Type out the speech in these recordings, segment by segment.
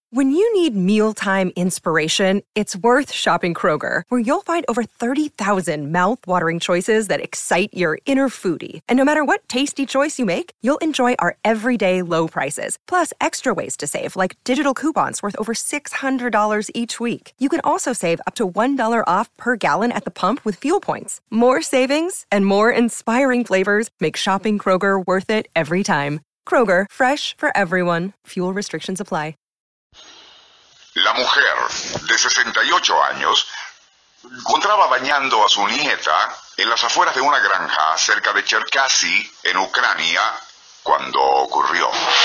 When you need mealtime inspiration, it's worth shopping Kroger, where you'll find over 30,000 mouth-watering choices that excite your inner foodie. And no matter what tasty choice you make, you'll enjoy our everyday low prices, plus extra ways to save, like digital coupons worth over $600 each week. You can also save up to $1 off per gallon at the pump with fuel points. More savings and more inspiring flavors make shopping Kroger worth it every time. Kroger, fresh for everyone. Fuel restrictions apply. La mujer, de 68 años, encontraba bañando a su nieta en las afueras de una granja cerca de Cherkasy, en Ucrania, cuando ocurrió.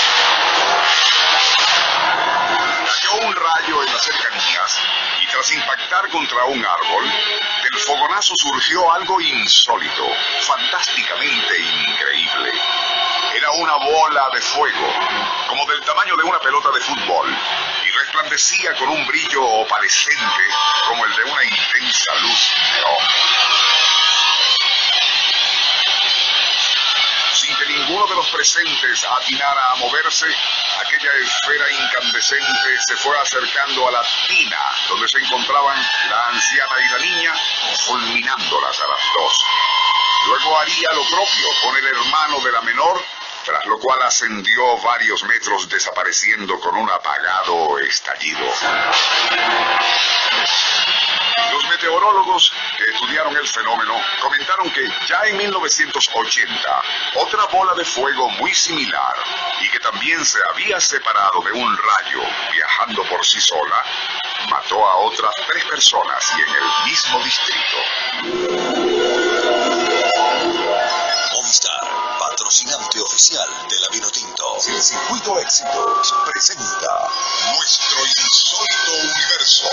Cayó un rayo en las cercanías y tras impactar contra un árbol, del fogonazo surgió algo insólito, fantásticamente increíble. Era una bola de fuego, como del tamaño de una pelota de fútbol, y resplandecía con un brillo opalescente como el de una intensa luz neón. Sin que ninguno de los presentes atinara a moverse, aquella esfera incandescente se fue acercando a la tina donde se encontraban la anciana y la niña, fulminándolas a las dos. Luego haría lo propio con el hermano de la menor, tras lo cual ascendió varios metros desapareciendo con un apagado estallido. Los meteorólogos que estudiaron el fenómeno comentaron que ya en 1980 otra bola de fuego muy similar y que también se había separado de un rayo viajando por sí sola, mató a otras 3 personas y en el mismo distrito. Movistar, patrocinante oficial de la Vinotinto. El Circuito Éxitos presenta Nuestro Insólito Universo.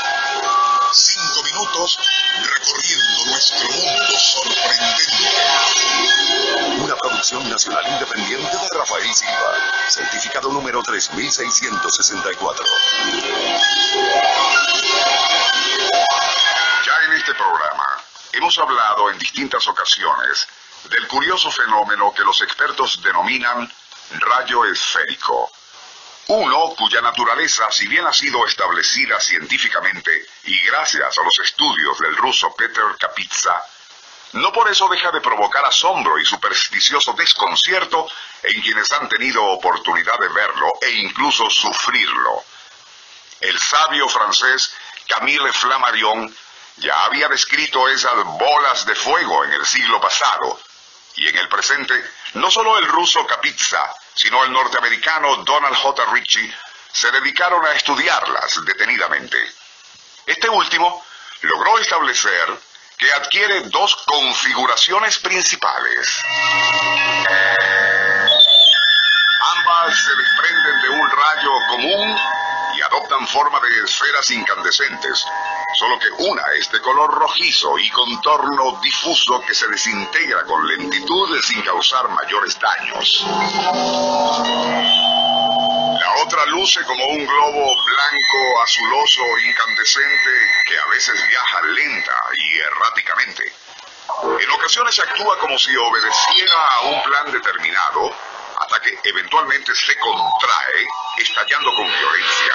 5 minutos recorriendo nuestro mundo sorprendente. Una producción nacional independiente de Rafael Silva. Certificado número 3664. Ya en este programa hemos hablado en distintas ocasiones del curioso fenómeno que los expertos denominan rayo esférico. Uno cuya naturaleza, si bien ha sido establecida científicamente y gracias a los estudios del ruso Peter Kapitsa, no por eso deja de provocar asombro y supersticioso desconcierto en quienes han tenido oportunidad de verlo e incluso sufrirlo. El sabio francés Camille Flammarion ya había descrito esas bolas de fuego en el siglo pasado, y en el presente, no solo el ruso Kapitsa, sino el norteamericano Donald J. Ritchie se dedicaron a estudiarlas detenidamente. Este último logró establecer que adquiere 2 configuraciones principales. Ambas se desprenden de un rayo común y adoptan forma de esferas incandescentes, solo que una es de color rojizo y contorno difuso que se desintegra con lentitud sin causar mayores daños. La otra luce como un globo blanco azuloso incandescente que a veces viaja lenta y erráticamente. En ocasiones actúa como si obedeciera a un plan determinado, hasta que eventualmente se contrae, estallando con violencia.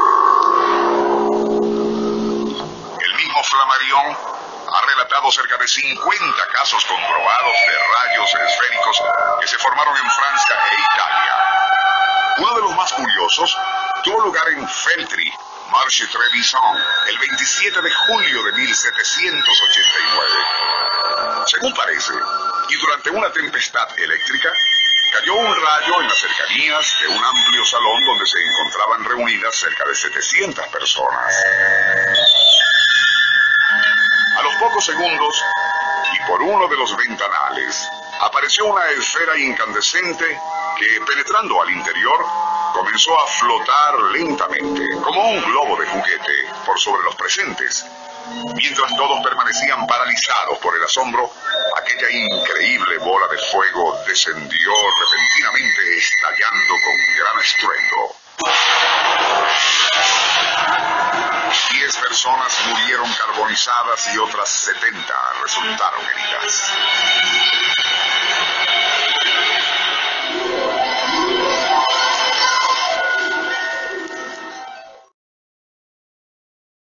El mismo Flammarion ha relatado cerca de 50 casos comprobados de rayos esféricos que se formaron en Francia e Italia. Uno de los más curiosos tuvo lugar en Feltry, Marche Trevisan, el 27 de julio de 1789. Según parece, y durante una tempestad eléctrica, cayó un rayo en las cercanías de un amplio salón donde se encontraban reunidas cerca de 700 personas. A los pocos segundos, y por uno de los ventanales, apareció una esfera incandescente que, penetrando al interior, comenzó a flotar lentamente, como un globo de juguete, por sobre los presentes. Mientras todos permanecían paralizados por el asombro, aquella increíble bola de fuego descendió repentinamente, estallando con gran estruendo. 10 personas murieron carbonizadas y otras 70 resultaron heridas.